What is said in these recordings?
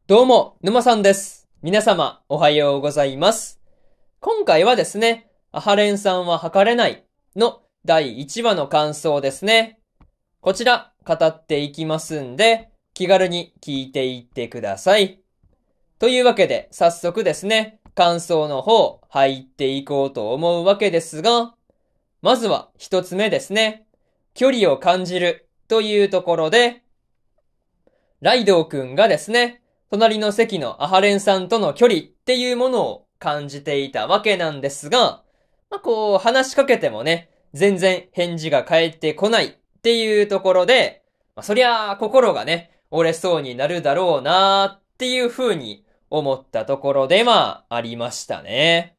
どうも、沼さんです。皆様、おはようございます。今回はですね、アハレンさんは測れないの第1話の感想ですね。こちら、語っていきますんで、気軽に聞いていってください。というわけで、早速ですね、感想の方、入っていこうと思うわけですが、まずは一つ目ですね。距離を感じるというところで、ライドウくんがですね、隣の席のアハレンさんとの距離っていうものを感じていたわけなんですが、話しかけてもね、全然返事が返ってこないっていうところで、そりゃあ心がね、折れそうになるだろうなーっていう風に思ったところでありましたね。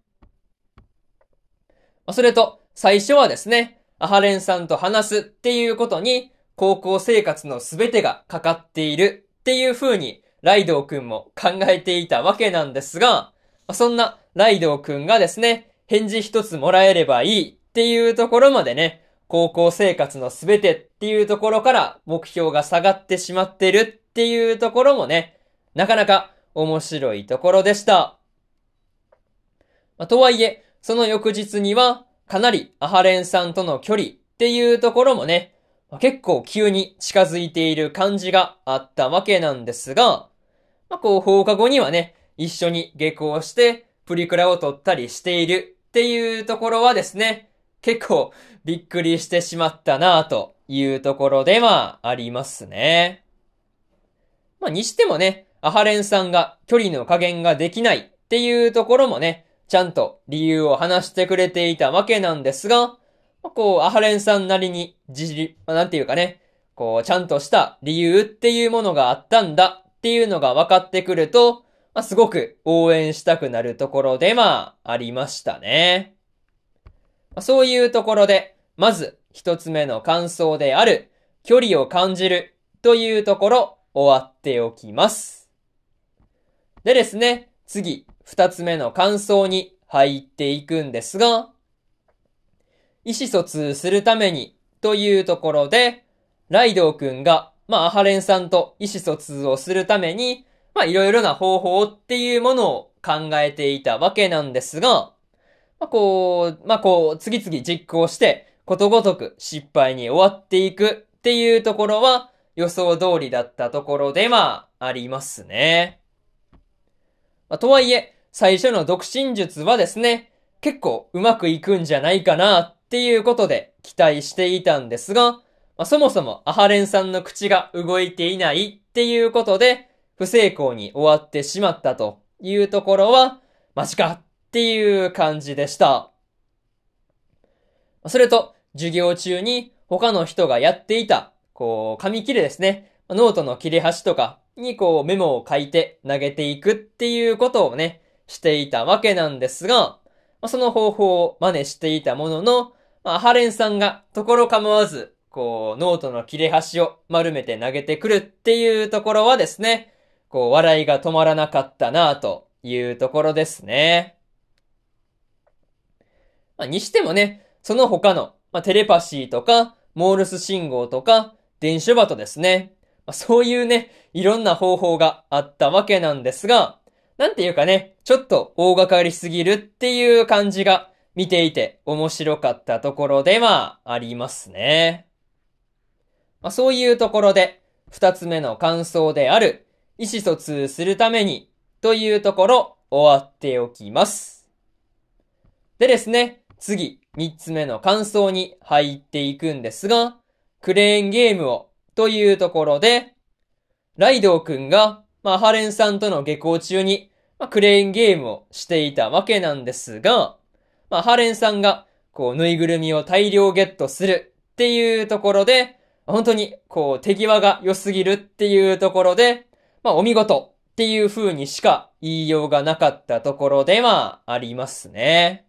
それと、最初はですね、アハレンさんと話すっていうことに、高校生活のすべてがかかっているっていう風に、ライドウくんも考えていたわけなんですが、そんなライドウくんがですね、返事一つもらえればいいっていうところまでね、高校生活のすべてっていうところから目標が下がってしまってるっていうところもね、なかなか面白いところでした。とはいえ、その翌日には、かなりアハレンさんとの距離っていうところもね、結構急に近づいている感じがあったわけなんですが、放課後にはね、一緒に下校して、プリクラを撮ったりしているっていうところはですね、結構びっくりしてしまったなぁというところでありますね。にしてもね、アハレンさんが距離の加減ができないっていうところもね、ちゃんと理由を話してくれていたわけなんですが、アハレンさんなりになんていうかね、ちゃんとした理由っていうものがあったんだっていうのが分かってくると、すごく応援したくなるところでありましたね。そういうところで、まず一つ目の感想である、距離を感じるというところ、終わっておきます。でですね、次、二つ目の感想に入っていくんですが、意思疎通するためにというところで、ライドウくんが、アハレンさんと意思疎通をするために、いろいろな方法っていうものを考えていたわけなんですが、次々実行して、ことごとく失敗に終わっていくっていうところは、予想通りだったところでありますね。とはいえ、最初の独身術はですね、結構うまくいくんじゃないかなっていうことで期待していたんですが、そもそもアハレンさんの口が動いていないっていうことで、不成功に終わってしまったというところは、マジかっていう感じでした。それと、授業中に他の人がやっていた、紙切れですね。ノートの切れ端とかにメモを書いて投げていくっていうことをね、していたわけなんですが、その方法を真似していたものの、ハレンさんがところ構わず、ノートの切れ端を丸めて投げてくるっていうところはですね、笑いが止まらなかったなというところですね。にしてもね、その他の、テレパシーとか、モールス信号とか、電書バトですね。そういうね、いろんな方法があったわけなんですが、なんていうかね、ちょっと大掛かりすぎるっていう感じが見ていて面白かったところでありますね。そういうところで、二つ目の感想である、意思疎通するために、というところ、終わっておきます。でですね、次、三つ目の感想に入っていくんですが、クレーンゲームを、というところで、ライドウくんが、ハレンさんとの下校中に、クレーンゲームをしていたわけなんですが、ハレンさんが、ぬいぐるみを大量ゲットするっていうところで、本当に、手際が良すぎるっていうところで、お見事っていう風にしか言いようがなかったところでありますね。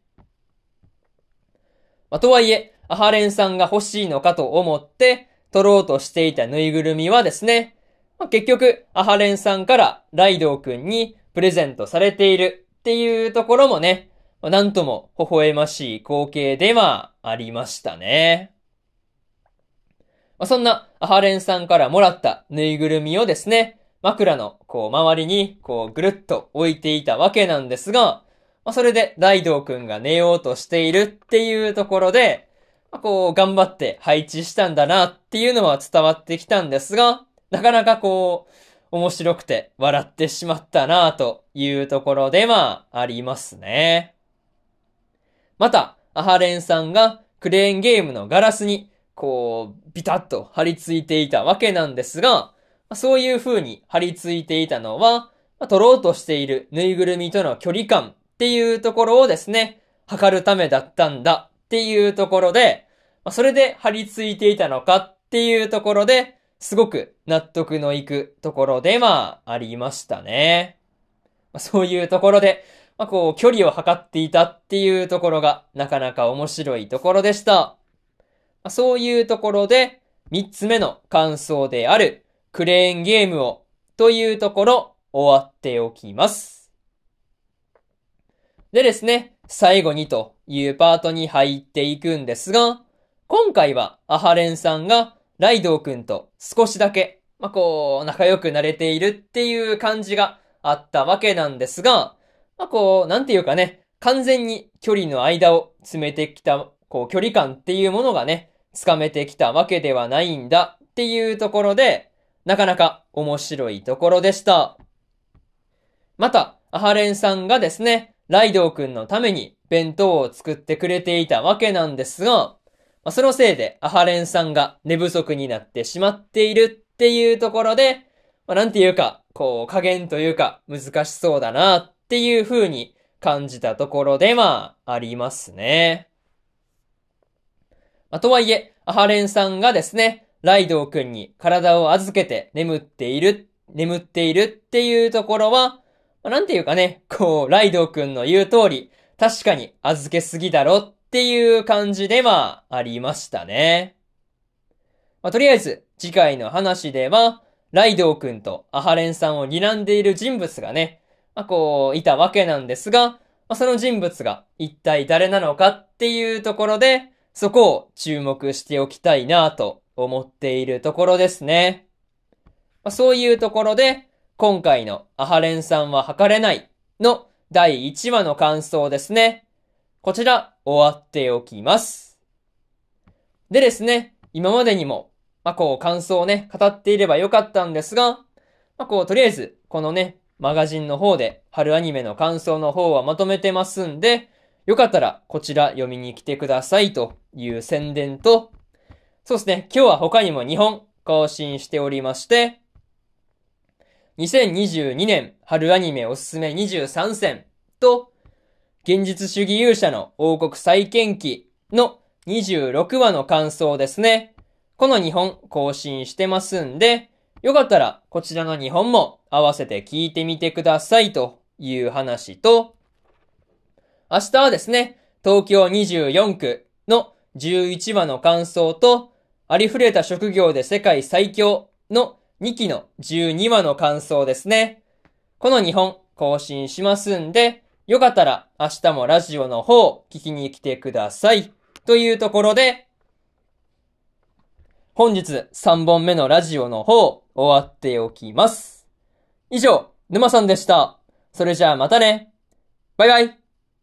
とはいえ、アハレンさんが欲しいのかと思って、取ろうとしていたぬいぐるみはですね、結局、アハレンさんからライドウくんにプレゼントされているっていうところもね、なんとも微笑ましい光景でありましたね。そんなアハレンさんからもらったぬいぐるみをですね、 枕の周りにぐるっと置いていたわけなんですが、それでライドウくんが寝ようとしているっていうところで、頑張って配置したんだなっていうのは伝わってきたんですが、なかなか面白くて笑ってしまったなというところでありますね。また、アハレンさんがクレーンゲームのガラスにビタッと張り付いていたわけなんですが、そういう風に張り付いていたのは、取ろうとしているぬいぐるみとの距離感っていうところをですね、測るためだったんだっていうところで、それで張り付いていたのかっていうところで、すごく納得のいくところでありましたね。そういうところで、距離を測っていたっていうところがなかなか面白いところでした。そういうところで、三つ目の感想である、クレーンゲームを、というところ、終わっておきます。でですね、最後にというパートに入っていくんですが、今回はアハレンさんがライドウくんと少しだけ、仲良くなれているっていう感じがあったわけなんですが、なんていうかね、完全に距離の間を詰めてきた、距離感っていうものがね、つかめてきたわけではないんだっていうところで、なかなか面白いところでした。また、アハレンさんがですね、ライドウくんのために弁当を作ってくれていたわけなんですが、そのせいでアハレンさんが寝不足になってしまっているっていうところで、なんていうか、加減というか難しそうだなっていう風に感じたところでありますね。とはいえ、アハレンさんがですね、ライドウくんに体を預けて眠っているっていうところは、なんていうかね、ライドウくんの言う通り、確かに預けすぎだろっていう感じでありましたね。とりあえず、次回の話では、ライドウくんとアハレンさんを睨んでいる人物がね、いたわけなんですが、その人物が一体誰なのかっていうところで、そこを注目しておきたいなと思っているところですね。そういうところで、今回のアハレンさんは測れないの第1話の感想ですね。こちら終わっておきます。でですね、今までにも、感想をね、語っていればよかったんですが、とりあえず、このね、マガジンの方で春アニメの感想の方はまとめてますんで、よかったらこちら読みに来てくださいという宣伝と、そうですね、今日は他にも2本更新しておりまして、2022年春アニメおすすめ23選と、現実主義勇者の王国再建記の26話の感想ですね。この2本更新してますんで、よかったらこちらの2本も合わせて聞いてみてくださいという話と、明日はですね、東京24区の11話の感想と、ありふれた職業で世界最強の2期の12話の感想ですね。この2本更新しますんで、よかったら明日もラジオの方聞きに来てください。というところで、本日3本目のラジオの方終わっておきます。以上、沼さんでした。それじゃあまたね。バイバイ。